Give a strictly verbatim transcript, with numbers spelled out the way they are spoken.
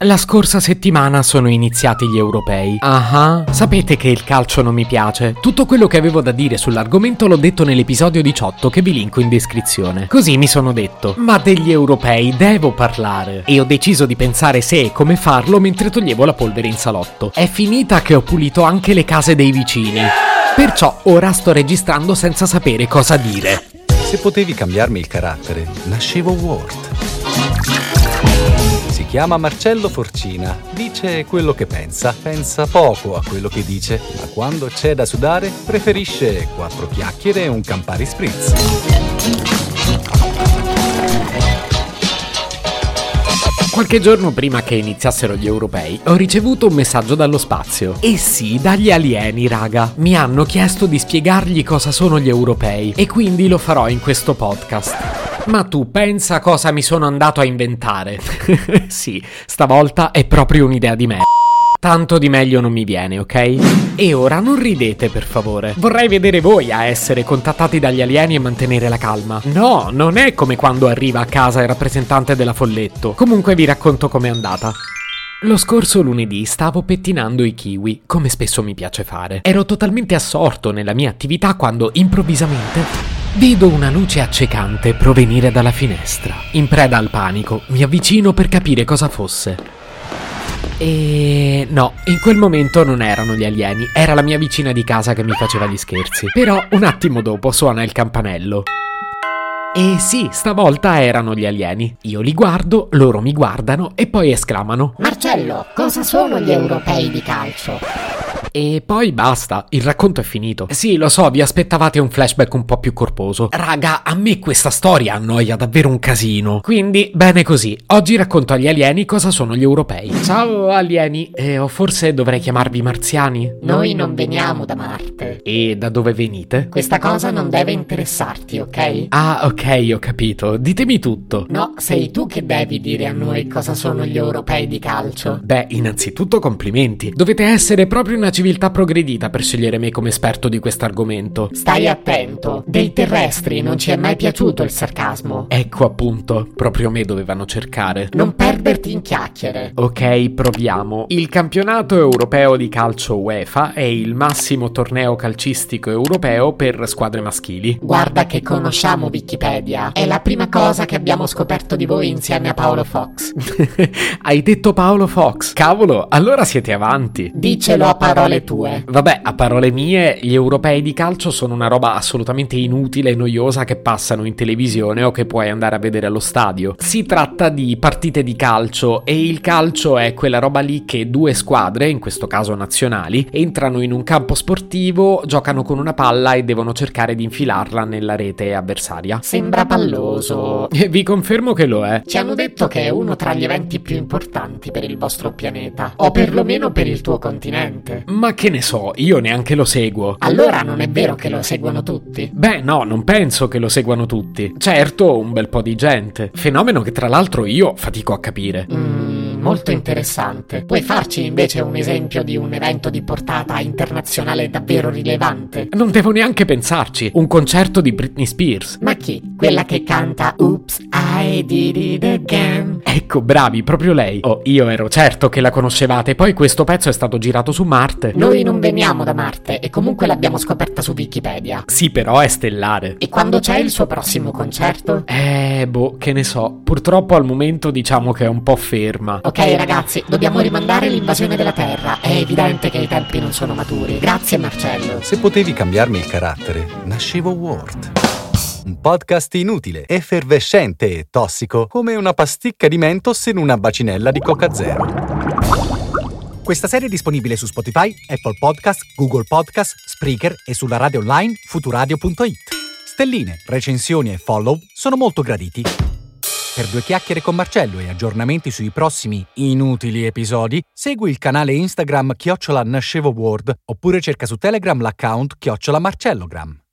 La scorsa settimana sono iniziati gli europei. Ah, uh-huh. Sapete che il calcio non mi piace? Tutto quello che avevo da dire sull'argomento l'ho detto nell'episodio diciotto che vi linko in descrizione. Così mi sono detto, ma degli europei devo parlare. E ho deciso di pensare se e come farlo mentre toglievo la polvere in salotto. È finita che ho pulito anche le case dei vicini. Perciò ora sto registrando senza sapere cosa dire. Se potevi cambiarmi il carattere, nascevo Ward. Si chiama Marcello Forcina, dice quello che pensa, pensa poco a quello che dice, ma quando c'è da sudare preferisce quattro chiacchiere e un Campari Spritz. Qualche giorno prima che iniziassero gli europei ho ricevuto un messaggio dallo spazio. E sì, dagli alieni, raga. Mi hanno chiesto di spiegargli cosa sono gli europei e quindi lo farò in questo podcast. Ma tu pensa cosa mi sono andato a inventare? Sì, stavolta è proprio un'idea di me. Tanto di meglio non mi viene, ok? E ora non ridete, per favore. Vorrei vedere voi a essere contattati dagli alieni e mantenere la calma. No, non è come quando arriva a casa il rappresentante della Folletto. Comunque vi racconto com'è andata. Lo scorso lunedì stavo pettinando i kiwi, come spesso mi piace fare. Ero totalmente assorto nella mia attività quando improvvisamente vedo una luce accecante provenire dalla finestra. In preda al panico, mi avvicino per capire cosa fosse. E no, in quel momento non erano gli alieni, era la mia vicina di casa che mi faceva gli scherzi. Però un attimo dopo suona il campanello. E sì, stavolta erano gli alieni. Io li guardo, loro mi guardano e poi esclamano: Marcello, cosa sono gli europei di calcio? E poi basta, il racconto è finito. Sì, lo so, vi aspettavate un flashback un po' più corposo. Raga, a me questa storia annoia davvero un casino. Quindi, bene così, oggi racconto agli alieni cosa sono gli europei. Ciao alieni, eh, o forse dovrei chiamarvi marziani? Noi non veniamo da Marte. E da dove venite? Questa cosa non deve interessarti, ok? Ah, ok, ho capito. Ditemi tutto. No, sei tu che devi dire a noi cosa sono gli europei di calcio. Beh, innanzitutto complimenti. Dovete essere proprio una civiltà progredita per scegliere me come esperto di quest'argomento. Stai attento, dei terrestri non ci è mai piaciuto il sarcasmo. Ecco appunto, proprio me dovevano cercare. Non perderti in chiacchiere. Ok, proviamo. Il campionato europeo di calcio UEFA è il massimo torneo calcistico europeo per squadre maschili. Guarda che conosciamo Wikipedia, è la prima cosa che abbiamo scoperto di voi insieme a Paolo Fox. Hai detto Paolo Fox? Cavolo, allora siete avanti. Dicelo a parole tue. Vabbè, a parole mie, gli europei di calcio sono una roba assolutamente inutile e noiosa che passano in televisione o che puoi andare a vedere allo stadio. Si tratta di partite di calcio e il calcio è quella roba lì che due squadre, in questo caso nazionali, entrano in un campo sportivo, giocano con una palla e devono cercare di infilarla nella rete avversaria. Sembra palloso. E vi confermo che lo è. Ci hanno detto che è uno tra gli eventi più importanti per il vostro pianeta, o perlomeno per il tuo continente. Ma che ne so, io neanche lo seguo. Allora non è vero che lo seguono tutti? Beh, no, non penso che lo seguano tutti. Certo, un bel po' di gente. Fenomeno che tra l'altro io fatico a capire. Mmm, molto interessante. Puoi farci invece un esempio di un evento di portata internazionale davvero rilevante? Non devo neanche pensarci. Un concerto di Britney Spears. Ma chi? Quella che canta Oops, I did it again. Ecco, bravi, proprio lei. Oh, io ero certo che la conoscevate. Poi questo pezzo è stato girato su Marte. Noi non veniamo da Marte e comunque l'abbiamo scoperta su Wikipedia. Sì, però è stellare. E quando c'è il suo prossimo concerto? Eh, boh, che ne so. Purtroppo al momento diciamo che è un po' ferma. Ok ragazzi, dobbiamo rimandare l'invasione della Terra. È evidente che i tempi non sono maturi. Grazie Marcello. Se potevi cambiarmi il carattere, nascevo Ward. Un podcast inutile, effervescente e tossico, come una pasticca di Mentos in una bacinella di Coca Zero. Questa serie è disponibile su Spotify, Apple Podcast, Google Podcast, Spreaker e sulla radio online futuradio punto it. Stelline, recensioni e follow sono molto graditi. Per due chiacchiere con Marcello e aggiornamenti sui prossimi inutili episodi, segui il canale Instagram chiocciola nascevo Ward oppure cerca su Telegram l'account chiocciola Marcellogram.